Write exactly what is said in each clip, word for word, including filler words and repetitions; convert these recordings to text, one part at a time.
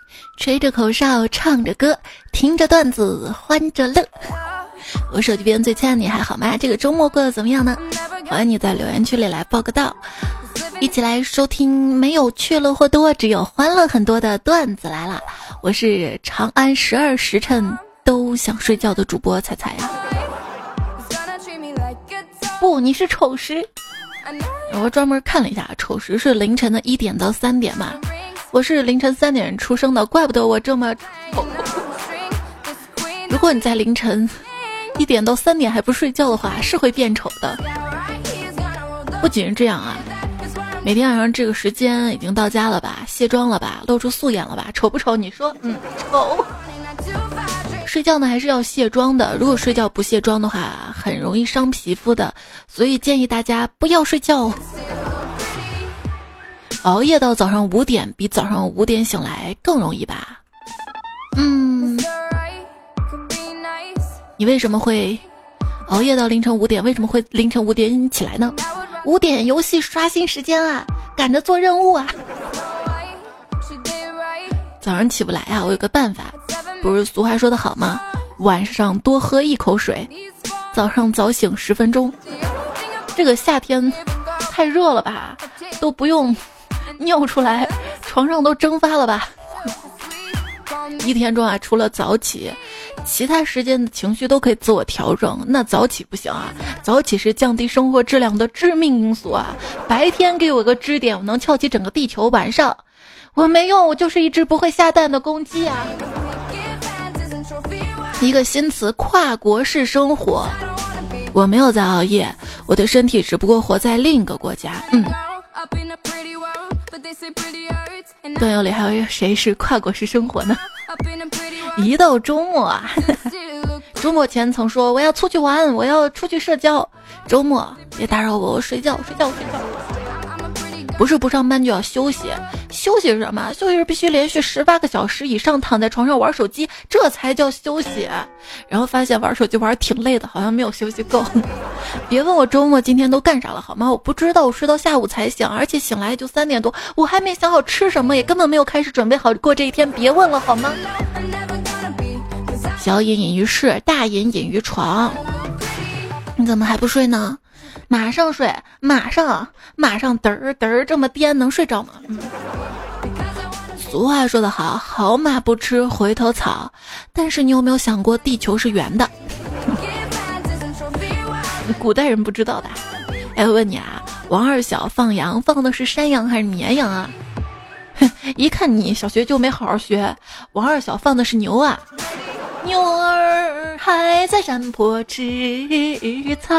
吹着口哨，唱着歌，听着段子，欢着乐。我手机边最亲爱的你还好吗？这个周末过得怎么样呢？欢迎你在留言区里来报个到，一起来收听没有趣乐或多，只有欢乐很多的段子来了。我是长安十二时辰都想睡觉的主播彩彩呀、啊。不，你是丑时。我专门看了一下，丑时是凌晨的一点到三点嘛。我是凌晨三点出生的，怪不得我这么丑。如果你在凌晨一点到三点还不睡觉的话，是会变丑的。不仅是这样啊，每天晚上这个时间已经到家了吧，卸妆了吧，露出素颜了吧，丑不丑？你说，嗯，丑。睡觉呢还是要卸妆的，如果睡觉不卸妆的话，很容易伤皮肤的，所以建议大家不要睡觉。熬夜到早上五点比早上五点醒来更容易吧？嗯，你为什么会熬夜到凌晨五点？为什么会凌晨五点起来呢？五点游戏刷新时间啊，赶着做任务啊。早上起不来啊，我有个办法，不是俗话说得好吗？晚上多喝一口水，早上早醒十分钟。这个夏天太热了吧，都不用尿出来，床上都蒸发了吧。一天中啊，除了早起，其他时间的情绪都可以自我调整，那早起不行啊，早起是降低生活质量的致命因素啊。白天给我个支点，我能翘起整个地球，晚上我没用，我就是一只不会下蛋的公鸡啊。一个新词，跨国式生活。我没有在熬夜，我的身体只不过活在另一个国家。嗯，段友里还有谁是跨国式生活呢？一到周末啊，周末前曾说我要出去玩，我要出去社交，周末别打扰我，我睡觉睡觉睡觉。不是不上班就要休息，休息是什么？休息是必须连续十八个小时以上躺在床上玩手机，这才叫休息。然后发现玩手机玩挺累的，好像没有休息够。别问我周末今天都干啥了好吗？我不知道，我睡到下午才醒，而且醒来就三点多，我还没想好吃什么，也根本没有开始准备好过这一天，别问了好吗？小隐隐于市，大隐隐于床。你怎么还不睡呢？马上睡，马上马上嘚儿嘚儿这么颠能睡着吗？嗯，俗话说得好，好马不吃回头草。但是你有没有想过地球是圆的？古代人不知道的。哎，我问你啊，王二小放羊放的是山羊还是绵羊啊？一看你小学就没好好学，王二小放的是牛啊。牛儿还在山坡吃草。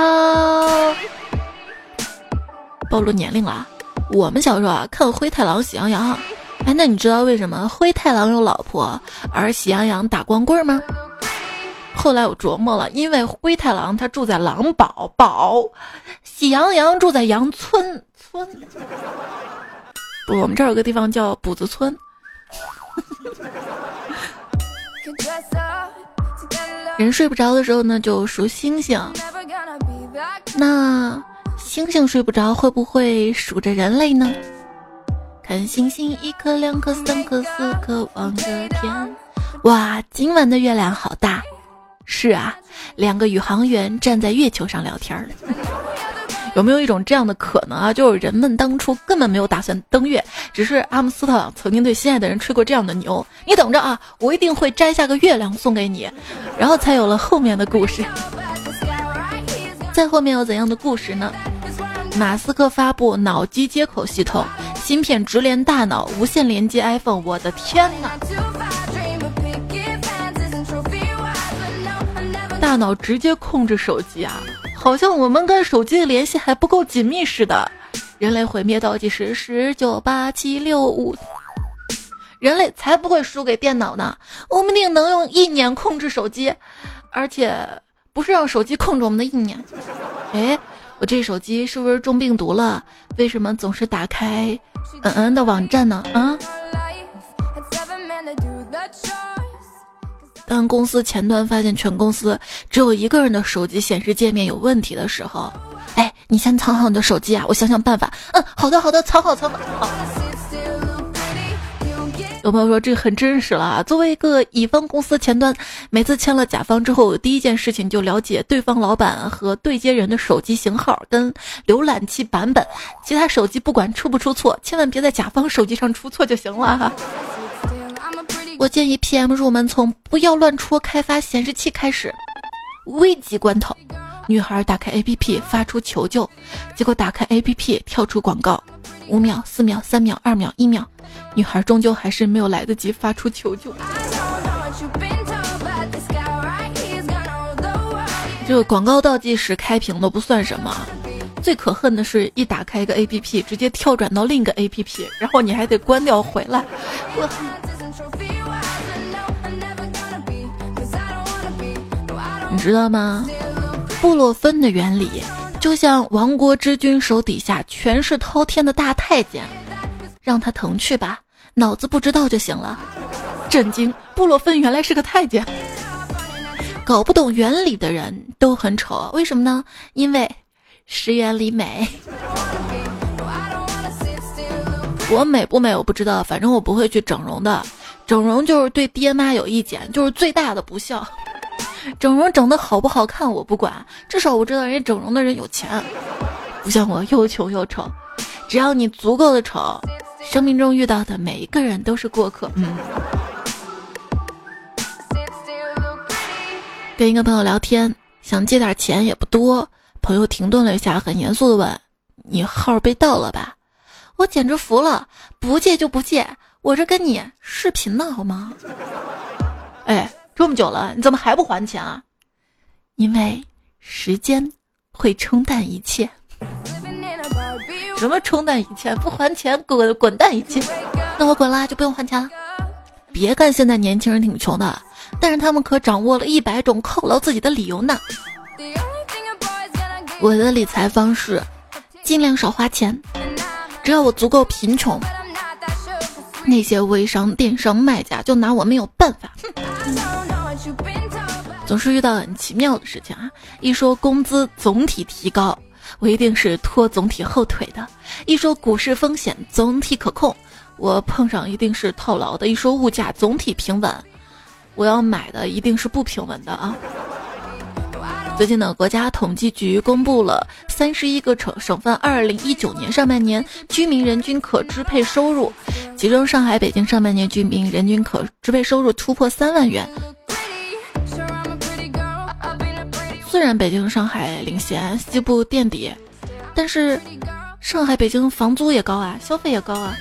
暴露年龄了，我们小时候啊看灰太狼喜羊羊。哎，那你知道为什么灰太狼有老婆而喜羊羊打光棍吗？后来我琢磨了，因为灰太狼他住在狼堡堡，喜羊羊住在羊村村。不，我们这儿有个地方叫补子村。人睡不着的时候呢，就数星星。那星星睡不着，会不会数着人类呢？看星星，一颗两颗三颗四颗望着天。哇，今晚的月亮好大。是啊，两个宇航员站在月球上聊天。有没有一种这样的可能啊，就是人们当初根本没有打算登月，只是阿姆斯特朗曾经对心爱的人吹过这样的牛，你等着啊，我一定会摘下个月亮送给你，然后才有了后面的故事。再后面有怎样的故事呢？马斯克发布脑机接口系统，芯片直连大脑，无线连接 iPhone， 我的天哪！大脑直接控制手机啊，好像我们跟手机的联系还不够紧密似的。人类毁灭倒计时十九八七六五，人类才不会输给电脑呢，我们一定能用意念控制手机，而且不是让手机控制我们的意念。诶，我这手机是不是中病毒了？为什么总是打开嗯嗯的网站呢？啊！当公司前端发现全公司只有一个人的手机显示界面有问题的时候，哎，你先藏好你的手机啊，我想想办法。嗯，好的好的，藏好藏好。好， 有朋友说这个很真实了，作为一个乙方公司前端，每次签了甲方之后，第一件事情就了解对方老板和对接人的手机型号跟浏览器版本，其他手机不管出不出错，千万别在甲方手机上出错就行了。我建议 P M 入门从不要乱戳开发显示器开始。危急关头，女孩打开 A P P 发出求救，结果打开 A P P 跳出广告，五秒、四秒、三秒、二秒、一秒，女孩终究还是没有来得及发出求救。这个广告倒计时开屏都不算什么，最可恨的是一打开一个 A P P 直接跳转到另一个 A P P， 然后你还得关掉回来。我你知道吗？布洛芬的原理就像亡国之君手底下权势滔天的大太监，让他疼去吧，脑子不知道就行了。震惊，布洛芬原来是个太监。搞不懂原理的人都很丑，为什么呢？因为十元里美。我美不美我不知道，反正我不会去整容的，整容就是对爹妈有意见，就是最大的不孝。整容整得好不好看我不管，至少我知道人家整容的人有钱，不像我又穷又丑。只要你足够的丑，生命中遇到的每一个人都是过客。嗯。跟一个朋友聊天，想借点钱也不多，朋友停顿了一下，很严肃地问：你号被盗了吧？我简直服了，不借就不借，我这跟你视频呢好吗？哎，这么久了，你怎么还不还钱啊？因为时间会冲淡一切。什么冲淡一切？不还钱滚滚蛋一切。那我滚啦，就不用还钱了。别看现在年轻人挺穷的，但是他们可掌握了一百种犒劳自己的理由呢。我的理财方式，尽量少花钱，只要我足够贫穷，那些微商、电商卖家就拿我没有办法。总是遇到很奇妙的事情啊！一说工资总体提高，我一定是拖总体后腿的；一说股市风险总体可控，我碰上一定是套牢的；一说物价总体平稳，我要买的一定是不平稳的啊！最近呢，国家统计局公布了三十一个省省份二零一九年上半年居民人均可支配收入，其中上海、北京上半年居民人均可支配收入突破三万元。虽然北京、上海领先，西部垫底，但是上海、北京房租也高啊，消费也高啊。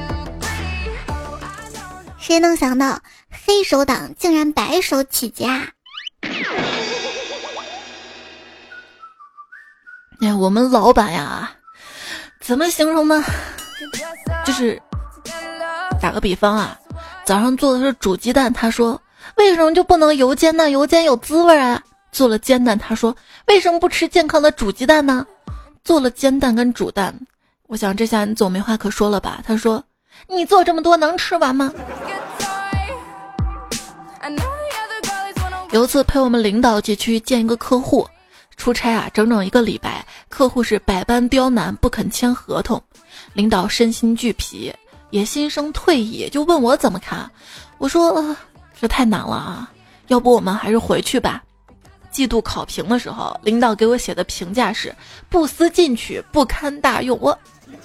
谁能想到黑手党竟然白手起家？ 哎，我们老板呀，怎么形容呢？就是打个比方啊，早上做的是煮鸡蛋，他说为什么就不能油煎呢？油煎有滋味啊。做了煎蛋，他说为什么不吃健康的煮鸡蛋呢？做了煎蛋跟煮蛋，我想这下你总没话可说了吧？他说你做这么多能吃完吗？有一次陪我们领导一起去见一个客户，出差啊，整整一个礼拜，客户是百般刁难，不肯签合同，领导身心俱疲，也心生退意，就问我怎么看。我说、呃、这太难了啊，要不我们还是回去吧。季度考评的时候，领导给我写的评价是不思进取，不堪大用。我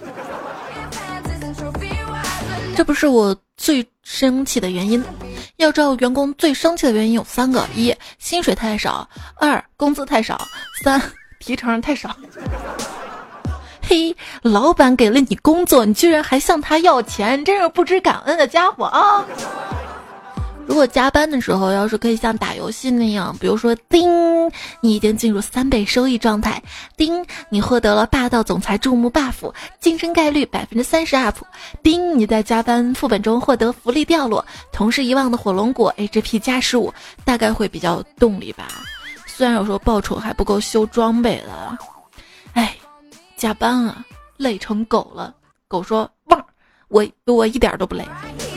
这不是我最生气的原因。要知道员工最生气的原因有三个：一、薪水太少；二、工资太少；三、提成太少。嘿，老板给了你工作，你居然还向他要钱，真是不知感恩的家伙啊！如果加班的时候要是可以像打游戏那样，比如说叮，你已经进入三倍收益状态，叮，你获得了霸道总裁注目 buff， 晋升概率 百分之三十 up， 叮，你在加班副本中获得福利掉落，同事遗忘的火龙果 H P 加十五，大概会比较有动力吧。虽然有时候报酬还不够修装备了，哎，加班啊，累成狗了。狗说汪，我我一点都不累。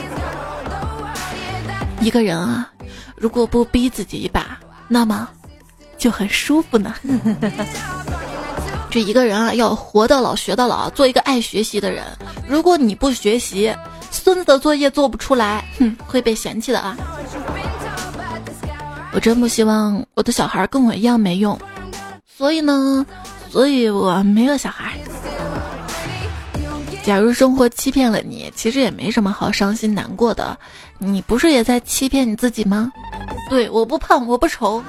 一个人啊，如果不逼自己一把，那么就很舒服呢。这一个人啊，要活到老学到老，做一个爱学习的人。如果你不学习， 孙子的作业做不出来，哼，会被嫌弃的啊。我真不希望我的小孩跟我一样没用，所以呢，所以我没有小孩。假如生活欺骗了你，其实也没什么好伤心难过的，你不是也在欺骗你自己吗？对，我不胖，我不丑。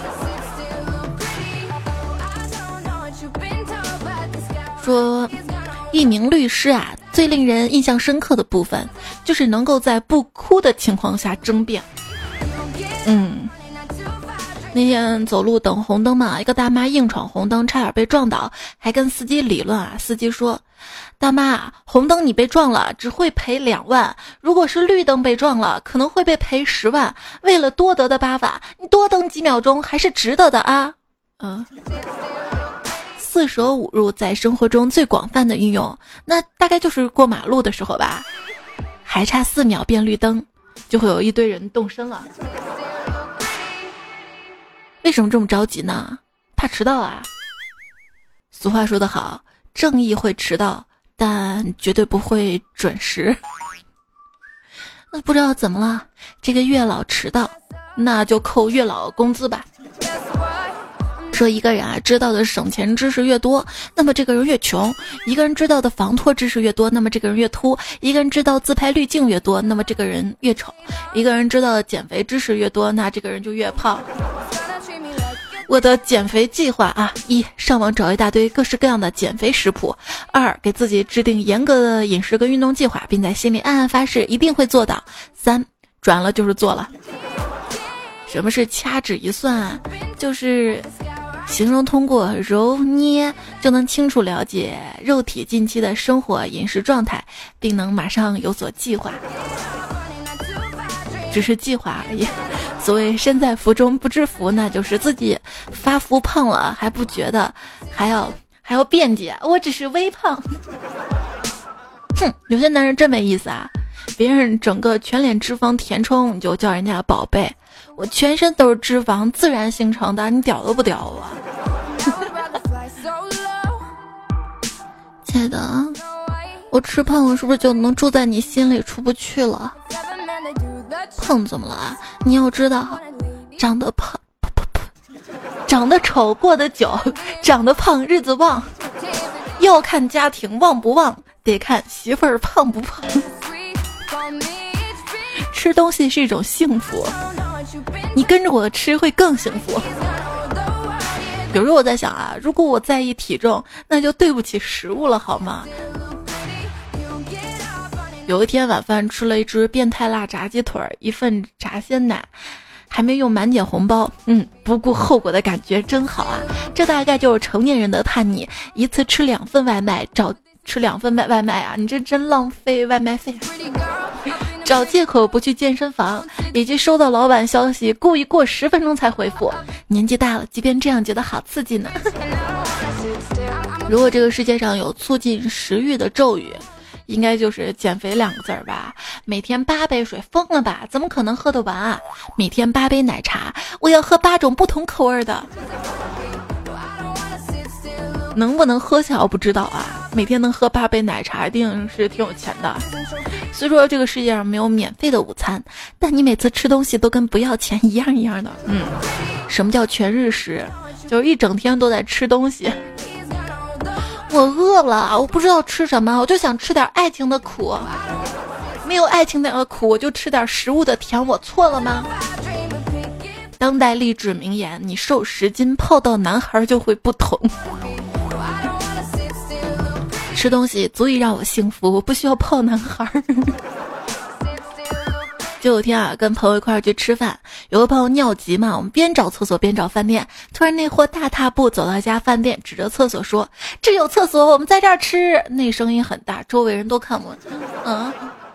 说一名律师啊，最令人印象深刻的部分就是能够在不哭的情况下争辩。嗯，那天走路等红灯嘛，一个大妈硬闯红灯，差点被撞倒，还跟司机理论啊。司机说：“大妈，红灯你被撞了，只会赔两万；如果是绿灯被撞了，可能会被赔十万。为了多得的八法，你多等几秒钟还是值得的啊。”嗯。四舍五入在生活中最广泛的运用，那大概就是过马路的时候吧，还差四秒变绿灯，就会有一堆人动身了。为什么这么着急呢？怕迟到啊。俗话说得好，正义会迟到，但绝对不会准时。那不知道怎么了，这个月老迟到，那就扣月老工资吧。说一个人啊，知道的省钱知识越多，那么这个人越穷；一个人知道的防脱知识越多，那么这个人越秃；一个人知道自拍滤镜越多，那么这个人越丑；一个人知道的减肥知识越多，那这个人就越胖。我的减肥计划啊：一、上网找一大堆各式各样的减肥食谱；二、给自己制定严格的饮食跟运动计划，并在心里暗暗发誓一定会做到；三、转了就是做了。什么是掐指一算啊？就是形容通过揉捏就能清楚了解肉体近期的生活饮食状态，并能马上有所计划。只是计划而已。所谓身在福中不知福，那就是自己发福胖了还不觉得，还要还要辩解，我只是微胖。哼，有些男人真没意思啊！别人整个全脸脂肪填充，你就叫人家宝贝。我全身都是脂肪自然形成的，你屌都不屌我？亲爱的，我吃胖了是不是就能住在你心里出不去了？胖怎么了？你要知道，长得胖，长得丑过得久，长得胖日子旺。要看家庭旺不旺，得看媳妇儿胖不胖。吃东西是一种幸福，你跟着我吃会更幸福。有时候我在想啊，如果我在意体重，那就对不起食物了好吗？有一天晚饭吃了一只变态辣炸鸡腿，一份炸鲜奶，还没用满减红包，嗯，不顾后果的感觉真好啊！这大概就是成年人的叛逆，一次吃两份外卖，找吃两份外外卖啊！你这真浪费外卖费。找借口不去健身房，以及收到老板消息故意过十分钟才回复。年纪大了，即便这样觉得好刺激呢。如果这个世界上有促进食欲的咒语，应该就是减肥两个字儿吧。每天八杯水，疯了吧？怎么可能喝得完啊？每天八杯奶茶，我要喝八种不同口味的。能不能喝下我不知道啊，每天能喝八杯奶茶一定是挺有钱的。虽说这个世界上没有免费的午餐，但你每次吃东西都跟不要钱一样一样的。嗯，什么叫全日食？就是一整天都在吃东西。我饿了，我不知道吃什么，我就想吃点爱情的苦。没有爱情的苦，我就吃点食物的甜，我错了吗？当代励志名言：你瘦十斤，泡到男孩就会不同。吃东西足以让我幸福，我不需要泡男孩。就有天啊，跟朋友一块儿去吃饭，有个朋友尿急嘛，我们边找厕所边找饭店。突然那货大踏步走到一家饭店，指着厕所说：“这有厕所，我们在这儿吃。”那声音很大，周围人都看我。嗯，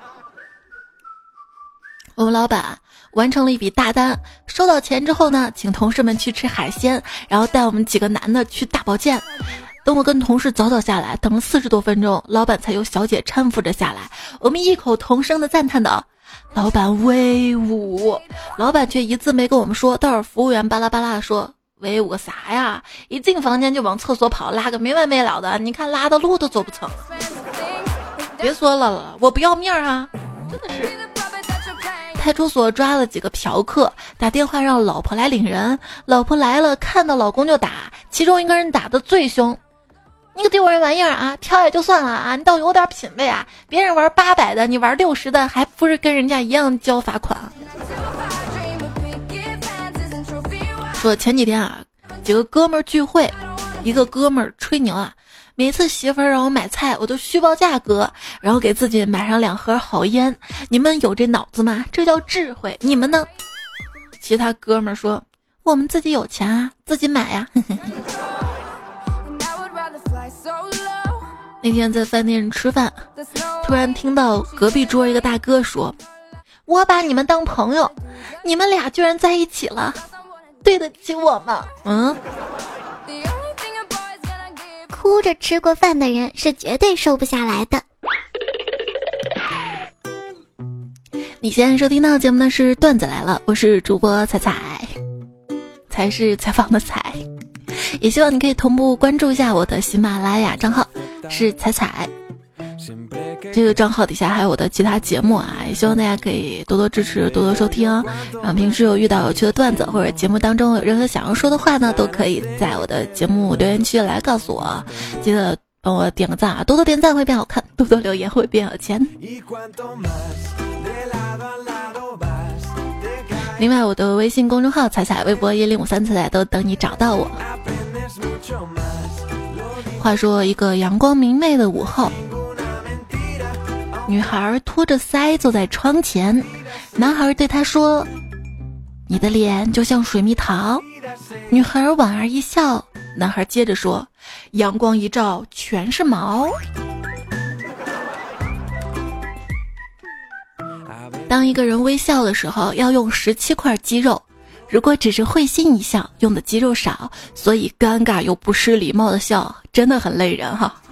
我们老板完成了一笔大单，收到钱之后呢，请同事们去吃海鲜，然后带我们几个男的去大保健。等我跟同事早早下来，等了四十多分钟，老板才由小姐搀扶着下来。我们异口同声的赞叹道：“老板威武！”老板却一字没跟我们说，倒是服务员巴拉巴拉的说：“威武个啥呀？一进房间就往厕所跑，拉个没完没了的，你看拉的路都走不成。” 别说了了，我不要面啊！真的是。派出所抓了几个嫖客，打电话让老婆来领人，老婆来了，看到老公就打，其中一个人打得最凶。你个丢人玩意儿啊！嫖也就算了啊，你倒有点品位啊！别人玩八百的，你玩六十的，还不是跟人家一样交罚款？说前几天啊，几个哥们儿聚会，一个哥们儿吹牛啊，每次媳妇儿让我买菜，我都虚报价格，然后给自己买上两盒好烟。你们有这脑子吗？这叫智慧。你们呢？其他哥们儿说，我们自己有钱啊，自己买呀、啊。那天在饭店吃饭，突然听到隔壁桌一个大哥说，我把你们当朋友，你们俩居然在一起了，对得起我吗？嗯， 哭着吃过饭的人是绝对瘦不下来的。 你现在收听到的节目呢是段子来了，我是主播彩彩，才是采访的采，也希望你可以同步关注一下我的喜马拉雅账号是彩彩，这个账号底下还有我的其他节目啊，也希望大家可以多多支持，多多收听。然后平时有遇到有趣的段子或者节目当中有任何想要说的话呢，都可以在我的节目留言区来告诉我，记得帮我点个赞啊，多多点赞会变好看，多多留言会变有钱。另外我的微信公众号彩彩，微博一零五三彩彩都等你找到我。话说一个阳光明媚的午后，女孩托着腮坐在窗前，男孩对她说，你的脸就像水蜜桃。女孩莞尔一笑，男孩接着说，阳光一照全是毛。当一个人微笑的时候要用十七块肌肉，如果只是会心一笑，用的肌肉少，所以尴尬又不失礼貌的笑真的很累人哈。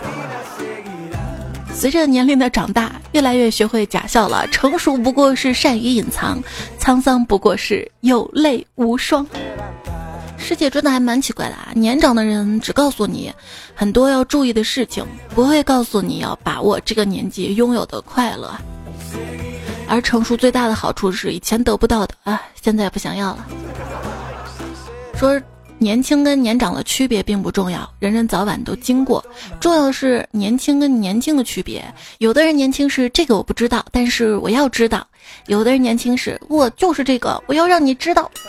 随着年龄的长大，越来越学会假笑了，成熟不过是善于隐藏，沧桑不过是有泪无双。世界真的还蛮奇怪的啊，年长的人只告诉你很多要注意的事情，不会告诉你要把握这个年纪拥有的快乐。而成熟最大的好处是以前得不到的啊，现在不想要了。说年轻跟年长的区别并不重要，人人早晚都经过，重要的是年轻跟年轻的区别。有的人年轻是这个我不知道，但是我要知道；有的人年轻是我就是这个，我要让你知道。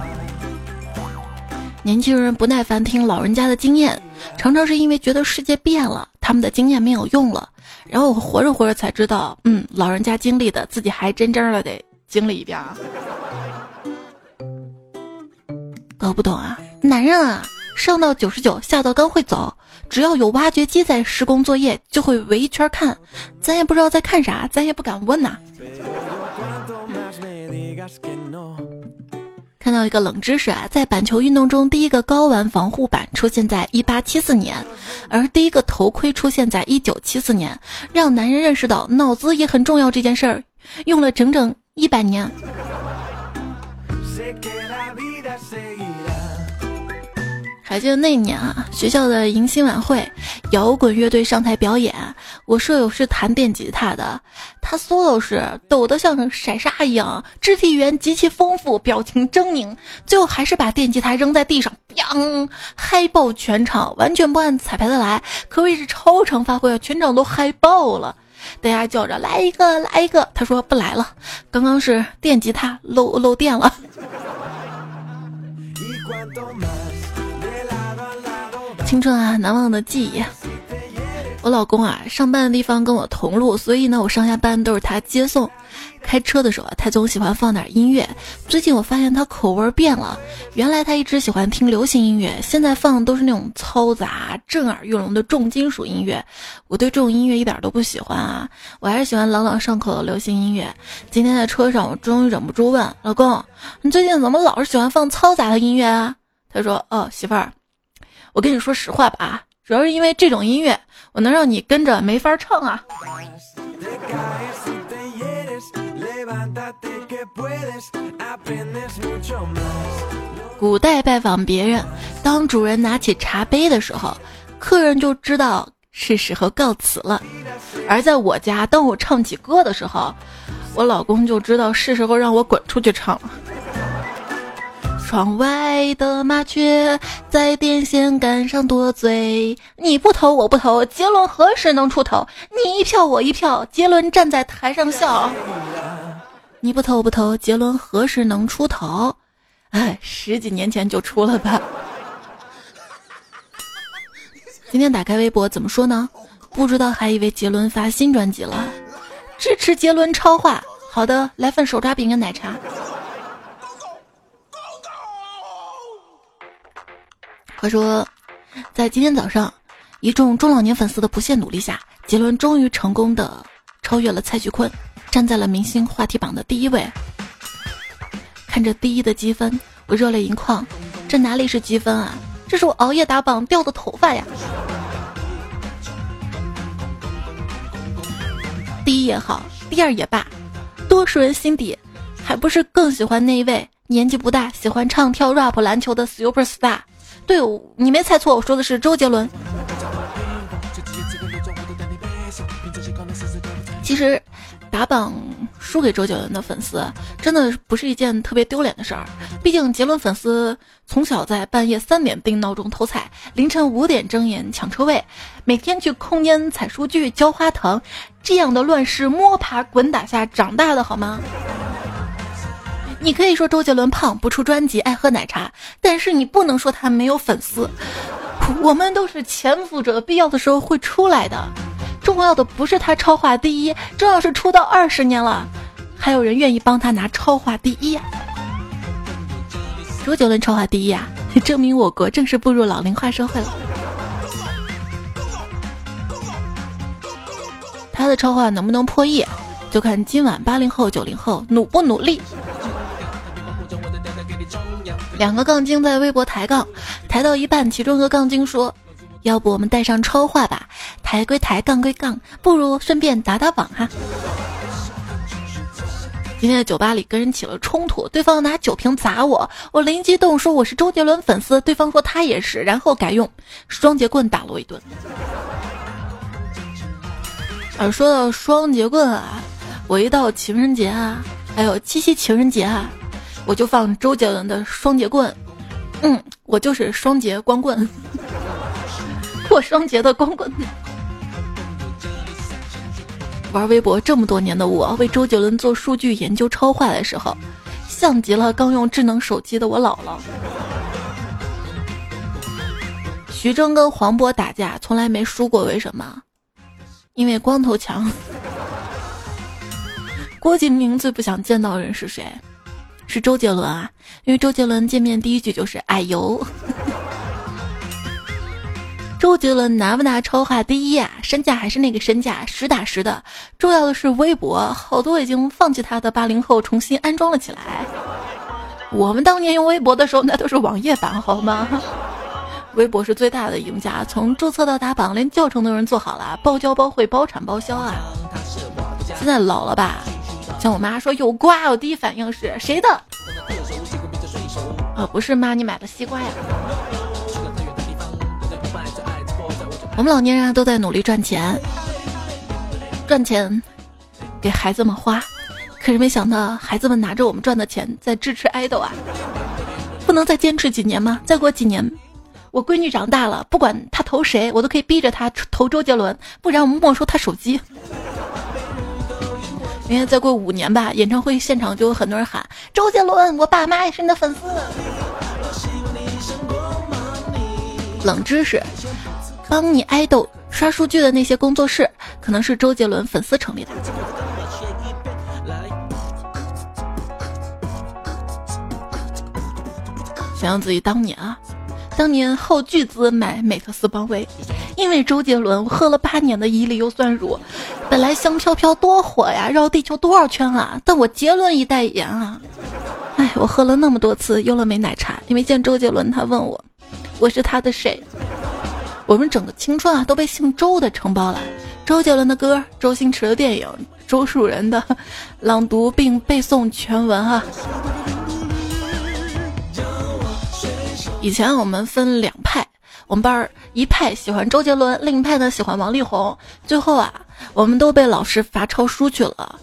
年轻人不耐烦听老人家的经验，常常是因为觉得世界变了，他们的经验没有用了。然后我活着活着才知道，嗯，老人家经历的，自己还真真的得经历一遍啊。搞不懂啊，男人啊，上到九十九，下到刚会走，只要有挖掘机在施工作业，就会围一圈看，咱也不知道在看啥，咱也不敢问呐、啊。看到一个冷知识啊，在板球运动中，第一个睾丸防护板出现在一八七四年，而第一个头盔出现在一九七四年，让男人认识到脑子也很重要这件事儿，用了整整一百年。还记得那年啊，学校的迎新晚会，摇滚乐队上台表演，我舍友是弹电吉他的，他 solo 时抖得像骰沙一样，肢体语言极其丰富，表情狰狞，最后还是把电吉他扔在地上，砰，嗨爆全场，完全不按彩排的来，可谓是超常发挥，全场都嗨爆了。大家叫着来一个来一个，他说不来了，刚刚是电吉他漏漏电了。青春啊，难忘的记忆。我老公啊，上班的地方跟我同路，所以呢，我上下班都是他接送。开车的时候啊，他总喜欢放点音乐。最近我发现他口味变了，原来他一直喜欢听流行音乐，现在放的都是那种嘈杂、震耳欲聋的重金属音乐。我对这种音乐一点都不喜欢啊，我还是喜欢朗朗上口的流行音乐。今天在车上，我终于忍不住问老公：“你最近怎么老是喜欢放嘈杂的音乐啊？”他说：“哦，媳妇儿。”我跟你说实话吧，主要是因为这种音乐，我能让你跟着没法唱啊。古代拜访别人，当主人拿起茶杯的时候，客人就知道是时候告辞了。 而在我家，当我唱起歌的时候，我老公就知道是时候让我滚出去唱了。窗外的麻雀在电线杆上多嘴，你不投我不投，杰伦何时能出头？你一票我一票，杰伦站在台上笑。你不投我不投，杰伦何时能出头？哎，十几年前就出了吧。今天打开微博怎么说呢？不知道还以为杰伦发新专辑了，支持杰伦超话。好的，来份手抓饼跟奶茶。话说，在今天早上，一众中老年粉丝的不懈努力下，杰伦终于成功的超越了蔡徐坤，站在了明星话题榜的第一位。看着第一的积分，我热泪盈眶。这哪里是积分啊，这是我熬夜打榜掉的头发呀！第一也好，第二也罢，多数人心底还不是更喜欢那一位年纪不大、喜欢唱跳 rap 篮球的 super star。对，你没猜错，我说的是周杰伦。其实打榜输给周杰伦的粉丝真的不是一件特别丢脸的事儿，毕竟杰伦粉丝从小在半夜三点定闹钟偷菜，凌晨五点睁眼抢车位，每天去空间采数据浇花藤，这样的乱世摸爬滚打下长大的好吗？你可以说周杰伦胖不出专辑爱喝奶茶，但是你不能说他没有粉丝。我们都是潜伏者，必要的时候会出来的。重要的不是他超话第一，重要是出道二十年了，还有人愿意帮他拿超话第一啊！周杰伦超话第一啊，证明我国正式步入老龄化社会了。他的超话能不能破亿，就看今晚八零后九零后努不努力。两个杠精在微博抬杠，抬到一半，其中一个杠精说：“要不我们带上超话吧？抬归抬，杠归杠，不如顺便打打榜哈。”今天在酒吧里跟人起了冲突，对方拿酒瓶砸我，我灵机动说我是周杰伦粉丝，对方说他也是，然后改用双节棍打了我一顿。而说到双节棍啊，我一到情人节啊，还有七夕情人节啊，我就放周杰伦的双节棍。嗯，我就是双节光棍，过双节的光棍。玩微博这么多年的我，为周杰伦做数据研究超话的时候，像极了刚用智能手机的我姥姥。徐峥跟黄渤打架从来没输过，为什么？因为光头强。郭敬明最不想见到的人是谁？是周杰伦啊，因为周杰伦见面第一句就是哎呦。周杰伦拿不拿超话第一啊？身价还是那个身价，实打实的。重要的是微博，好多已经放弃他的八零后重新安装了起来。我们当年用微博的时候，那都是网页版好吗？微博是最大的赢家，从注册到打榜，连教程都有人做好了，包教包会，包产包销啊。现在老了吧？像我妈说有瓜，我第一反应是谁的？呃，不是妈，你买的西瓜呀。我们老年人啊都在努力赚钱，赚钱给孩子们花，可是没想到孩子们拿着我们赚的钱在支持爱豆啊！不能再坚持几年吗？再过几年，我闺女长大了，不管她投谁，我都可以逼着她投周杰伦，不然我们没收她手机。因为再过五年吧，演唱会现场就有很多人喊周杰伦，我爸妈也是你的粉丝。冷知识，帮你爱豆刷数据的那些工作室，可能是周杰伦粉丝成立的。想想自己当年啊，当年耗巨资买美特斯邦威，因为周杰伦，我喝了八年的伊利优酸乳，本来香飘飘多火呀，绕地球多少圈啊，但我杰伦一代言啊，哎，我喝了那么多次优乐美奶茶，因为见周杰伦，他问我，我是他的谁？我们整个青春啊都被姓周的承包了，周杰伦的歌，周星驰的电影，周树人的朗读并背诵全文啊。以前我们分两派，我们班一派喜欢周杰伦，另一派呢喜欢王力宏。最后啊， 我们都被老师罚抄书去了。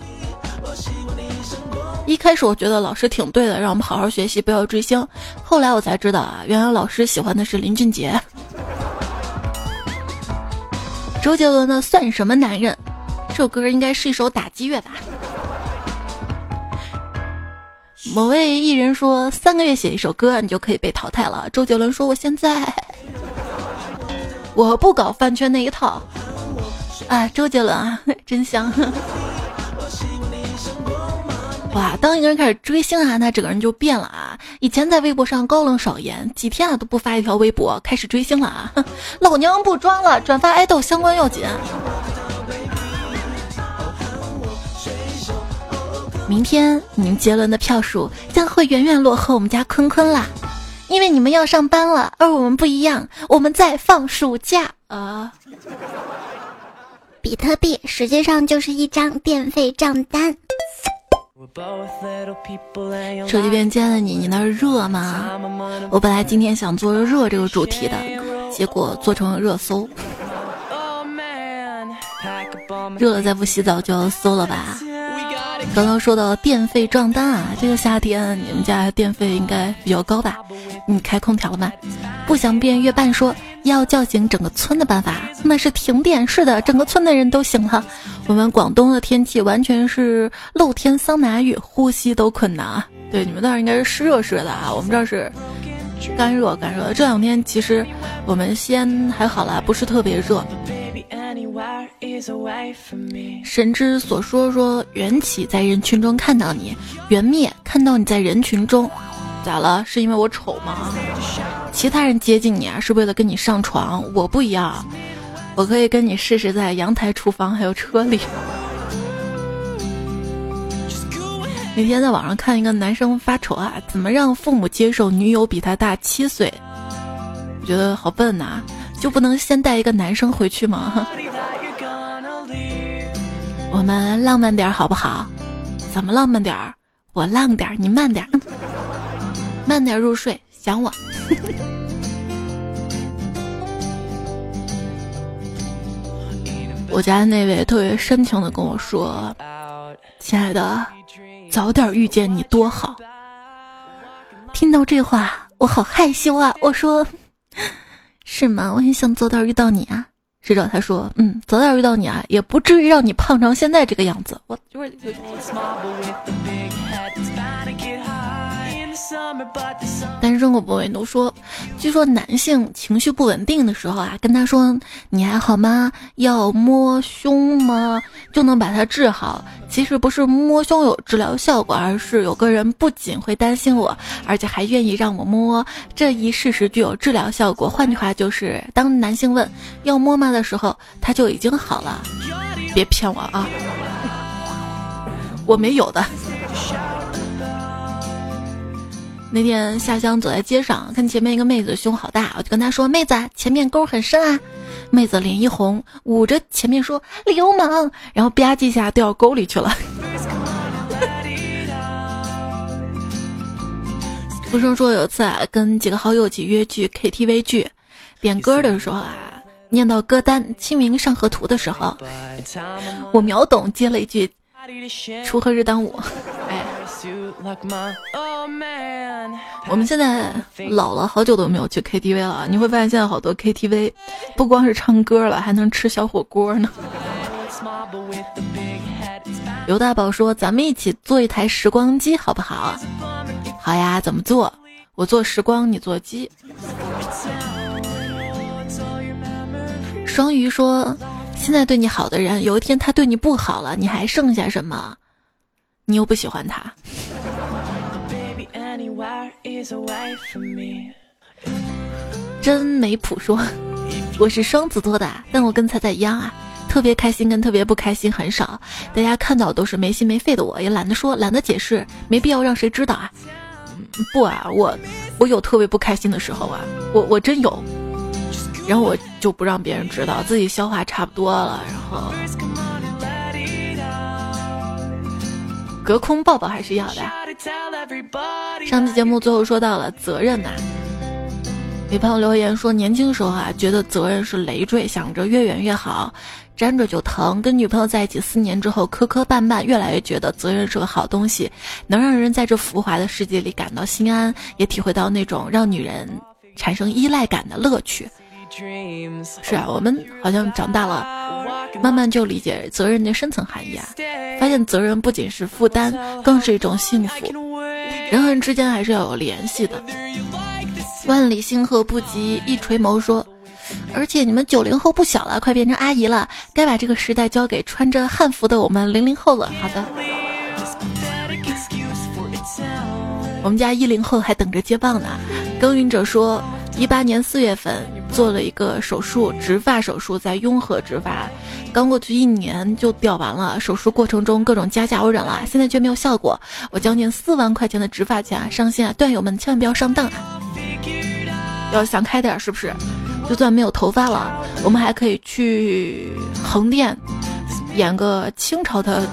一开始我觉得老师挺对的，让我们好好学习，不要追星。后来我才知道啊，原来老师喜欢的是林俊杰。周杰伦的《算什么男人》这首歌应该是一首打击乐吧。某位艺人说三个月写一首歌你就可以被淘汰了，周杰伦说我现在我不搞饭圈那一套啊，周杰伦啊真香。哇，当一个人开始追星啊，他整个人就变了啊！以前在微博上高冷少言，几天啊都不发一条微博，开始追星了啊！老娘不装了，转发爱豆相关要紧。明天你们杰伦的票数将会远远落后我们家坤坤啦，因为你们要上班了，而我们不一样，我们在放暑假啊！ 比特币实际上就是一张电费账单。 手机边见了你，你那儿热吗？我本来今天想做热这个主题的，结果做成了热搜。热了再不洗澡就要馊了吧？刚刚说到电费账单啊，这个夏天你们家电费应该比较高吧？你开空调了吗？不想变月半说要叫醒整个村的办法，那是停电。是的，整个村的人都醒了。我们广东的天气完全是露天桑拿浴，呼吸都困难啊。对，你们那儿应该是湿热湿的啊，我们这儿是干热干热。这两天其实我们西安还好啦，不是特别热。神之所说说缘起在人群中看到你，缘灭看到你在人群中。咋了？是因为我丑吗？其他人接近你啊，是为了跟你上床，我不一样，我可以跟你试试在阳台、厨房还有车里。那天在网上看一个男生发愁啊，怎么让父母接受女友比他大七岁？我觉得好笨呐、啊，就不能先带一个男生回去吗？我们浪漫点好不好？怎么浪漫点？我浪点，你慢点。慢点入睡，想我。我家那位特别深情的跟我说，亲爱的，早点遇见你多好。听到这话我好害羞啊，我说是吗？我也想早点遇到你啊。谁知道他说嗯，早点遇到你啊，也不至于让你胖成现在这个样子。我就是但是中国博伟都说，据说男性情绪不稳定的时候啊，跟他说你还好吗，要摸胸吗，就能把它治好。其实不是摸胸有治疗效果，而是有个人不仅会担心我，而且还愿意让我摸，这一事实具有治疗效果。换句话就是，当男性问要摸吗的时候，他就已经好了。别骗我啊，我没有的。那天下乡走在街上，看前面一个妹子胸好大，我就跟她说，妹子前面沟很深啊。妹子脸一红，捂着前面说流氓，然后吧唧一下掉沟里去了。福生说有一次啊，跟几个好友一起约去 K T V 剧，点歌的时候啊，念到歌单《清明上河图》的时候，我秒懂接了一句锄禾日当午。哎，我们现在老了，好久都没有去 K T V 了。你会发现现在好多 K T V 不光是唱歌了，还能吃小火锅呢。刘大宝说咱们一起做一台时光机好不好？好呀，怎么做？我做时光，你做机。双鱼说现在对你好的人，有一天他对你不好了，你还剩下什么？你又不喜欢他。真没谱说我是双子座的，但我跟彩彩一样啊，特别开心跟特别不开心很少，大家看到都是没心没肺的，我也懒得说，懒得解释，没必要让谁知道啊。不啊，我我有特别不开心的时候啊，我我真有，然后我就不让别人知道，自己消化差不多了，然后隔空抱抱还是要的。上期节目最后说到了责任呐、啊，有朋友留言说年轻时候啊，觉得责任是累赘，想着越远越好， 粘着就疼。跟女朋友在一起四年之后，磕磕绊绊，越来越觉得责任是个好东西，能让人在这浮华的世界里感到心安，也体会到那种让女人产生依赖感的乐趣。是啊，我们好像长大了，慢慢就理解责任的深层含义啊，发现责任不仅是负担，更是一种幸福。人和人之间还是要有联系的。万里星河不及一锤谋说，而且你们九零后不小了，快变成阿姨了，该把这个时代交给穿着汉服的我们零零后了。好的，我们家一零后还等着接棒呢。耕耘者说，一八年四月份做了一个手术，植发手术，在雍和植发，刚过去一年就掉完了。手术过程中各种加价我忍了，现在却没有效果。我将近四万块钱的植发钱啊，伤心啊！段友们千万不要上当啊，要想开点，是不是？就算没有头发了，我们还可以去横店演个清朝的。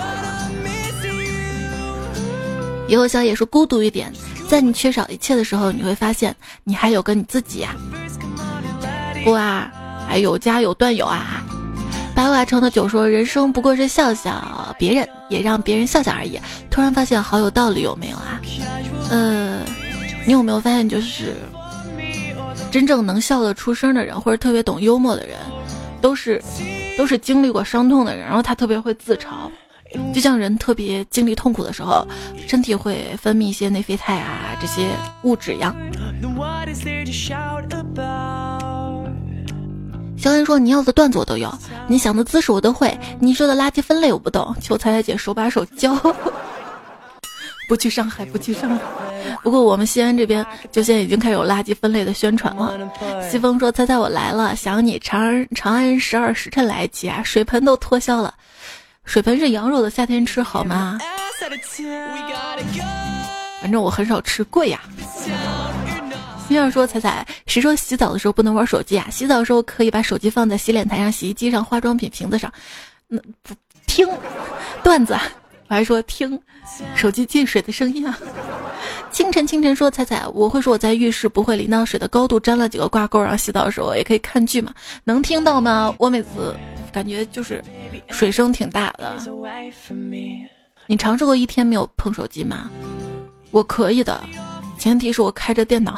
以后小野说，孤独一点，在你缺少一切的时候，你会发现你还有个你自己呀、啊。不啊，还有家有段友啊。白瓦城的酒说，人生不过是笑笑别人，也让别人笑笑而已。突然发现好有道理，有没有啊？呃，你有没有发现，就是真正能笑得出声的人，或者特别懂幽默的人，都是都是经历过伤痛的人，然后他特别会自嘲。就像人特别经历痛苦的时候，身体会分泌一些内啡肽啊，这些物质一样。小恩说，你要的段子我都有，你想的姿势我都会，你说的垃圾分类我不懂，求彩彩姐手把手教。不去上海，不去上海。不过我们西安这边就现在已经开始有垃圾分类的宣传了。西风说，猜猜我来了，想你长安长安十二时辰来一起啊，水盆都脱销了。水盆是羊肉的，夏天吃好吗？反正我很少吃，贵呀。新儿说，彩彩，谁说洗澡的时候不能玩手机啊？洗澡的时候可以把手机放在洗脸台上、洗衣机上、化妆品瓶子上。那不听段子，我还说听手机进水的声音啊。清晨清晨说，彩彩，我会说我在浴室不会淋到水的高度粘了几个挂钩，然后洗澡的时候也可以看剧嘛？能听到吗？我每次感觉就是水声挺大的。你尝试过一天没有碰手机吗？我可以的，前提是我开着电脑。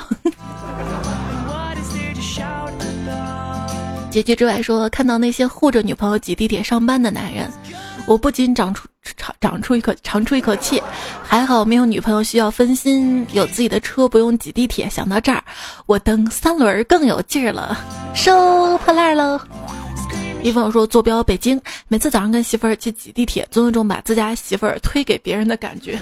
结局之外说，看到那些护着女朋友挤地铁上班的男人，我不仅长出长长出一口长出一口气，还好没有女朋友需要分心，有自己的车不用挤地铁。想到这儿，我蹬三轮更有劲儿了，收破烂喽。一朋友说，坐标北京，每次早上跟媳妇儿去挤地铁，总有种把自家媳妇儿推给别人的感觉，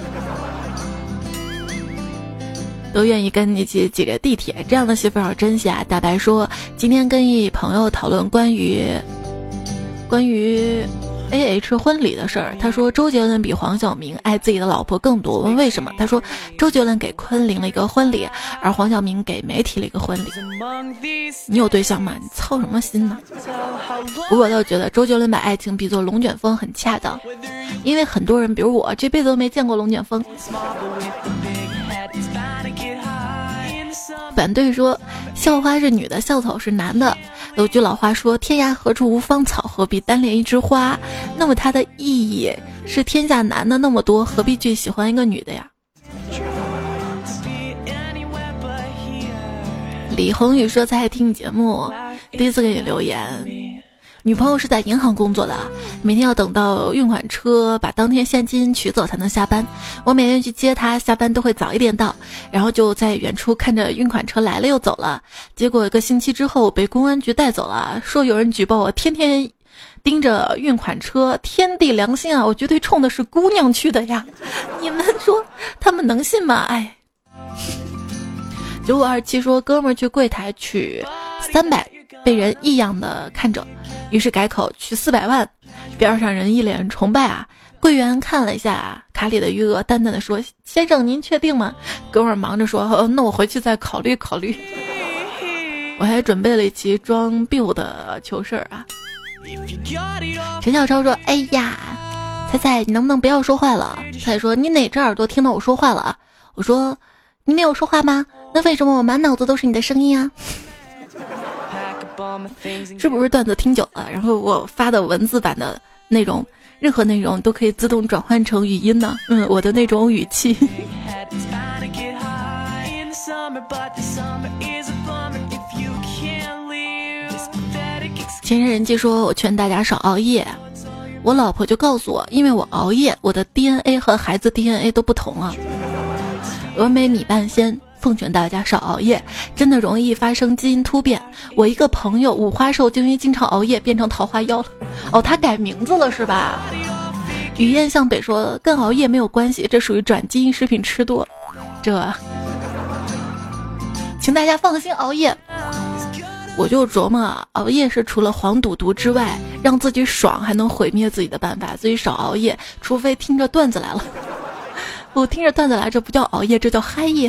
都愿意跟你一起挤着地铁，这样的媳妇儿要珍惜啊。大白说，今天跟一朋友讨论关于关于 A H 婚礼的事儿，他说周杰伦比黄晓明爱自己的老婆更多。问为什么？他说周杰伦给昆凌了一个婚礼，而黄晓明给媒体了一个婚礼。你有对象吗？你操什么心呢？不过我倒觉得周杰伦把爱情比作龙卷风很恰当，因为很多人比如我这辈子都没见过龙卷风。反对说校花是女的，校草是男的。有句老话说，天涯何处无芳草，何必单恋一枝花。那么它的意义是，天下男的那么多，何必去喜欢一个女的呀？李宏宇说，在听你节目，第一次给你留言。女朋友是在银行工作的，每天要等到运款车把当天现金取走才能下班。我每天去接她，下班都会早一点到，然后就在远处看着运款车来了又走了。结果一个星期之后被公安局带走了，说有人举报我天天盯着运款车，天地良心啊，我绝对冲的是姑娘去的呀！你们说他们能信吗？哎，九五二七说，哥们儿去柜台取三百，被人异样的看着，于是改口取四百万，边上人一脸崇拜啊。柜员看了一下卡里的余额，淡淡的说，先生您确定吗？哥们儿忙着说、哦、那我回去再考虑考虑。我还准备了一期装 biu 的糗事儿啊。陈小超说，哎呀彩彩，你能不能不要说话了？彩彩说，你哪只耳朵听到我说话了啊？我说，你没有说话吗？那为什么我满脑子都是你的声音啊？ 是不是段子听久了，然后我发的文字版的内容，任何内容都可以自动转换成语音呢？嗯，我的那种语气。前人人记说，我劝大家少熬夜，我老婆就告诉我，因为我熬夜，我的 D N A 和孩子 D N A 都不同了。峨眉米半仙奉劝大家少熬夜，真的容易发生基因突变。我一个朋友五花兽就因为经常熬夜变成桃花妖了。哦，他改名字了是吧？雨燕向北说，跟熬夜没有关系，这属于转基因食品吃多。这，请大家放心熬夜。我就琢磨，熬夜是除了黄赌毒之外，让自己爽还能毁灭自己的办法，所以少熬夜，除非听着段子来了。我听着段子来，这不叫熬夜，这叫嗨夜。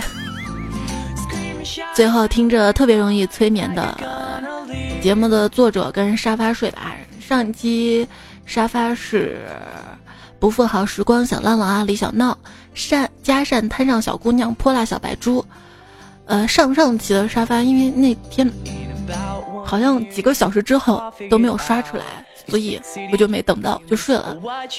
最后听着特别容易催眠的节目的作者跟沙发睡吧。上一期沙发是不负好时光小浪浪啊，李小闹，善嘉善滩上小姑娘，泼辣小白猪。呃，上上期的沙发因为那天好像几个小时之后都没有刷出来，所以我就没等到就睡了。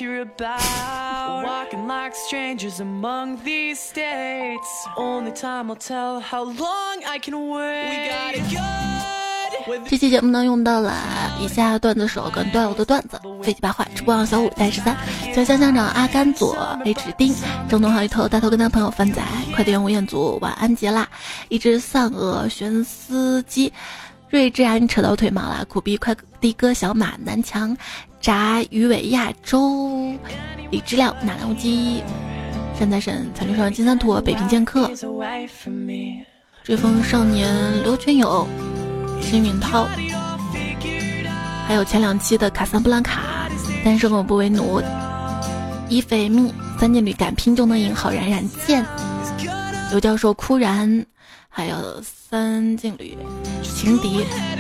这期节目呢用到了以下段子手跟段友的段子：飞机八坏、吃不完小五带十三、小香香长阿甘左 H 丁、中东好一头大头跟他朋友范仔、快递员吴彦祖、晚安杰拉、一只丧鹅玄司机、睿智啊你扯到腿毛了、苦逼快递哥小马南墙、炸鱼尾亚洲、李知亮纳兰无机、山在神残留少年金三坨、北平剑客、追风少年刘全友、辛允涛，还有前两期的卡桑布兰卡、单身狗不为奴、伊菲蜜、三件旅敢拼就能赢、好冉冉剑、刘教授哭然，还有三劲旅情敌、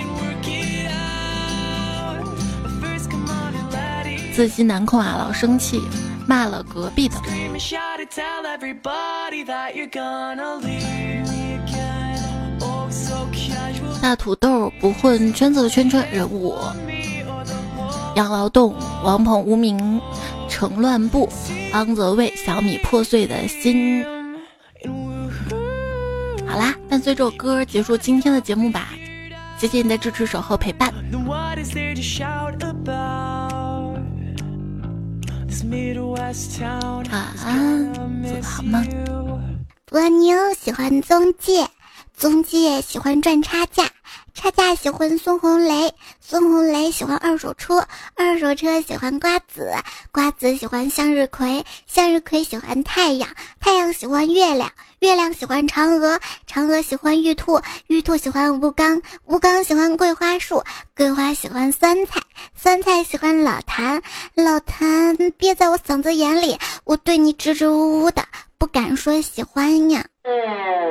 自西南控啊老生气，骂了隔壁的。大土豆不混圈子的圈圈人物，养劳动王鹏无名成乱步昂泽卫小米破碎的心。好啦，伴随这首歌结束今天的节目吧，谢谢你的支持守候陪伴，晚安，做个好梦。 波妞喜欢宗介，宗介喜欢赚差价，差价喜欢孙红雷，孙红雷喜欢二手车，二手车喜欢瓜子，瓜子喜欢向日葵，向日葵喜欢太阳，太阳喜欢月亮，月亮喜欢嫦娥，嫦娥喜欢玉兔，玉兔喜欢吴刚，吴刚喜欢桂花树，桂花喜欢酸菜，酸菜喜欢老谭，老谭憋在我嗓子眼里，我对你支支吾吾的，不敢说喜欢呀。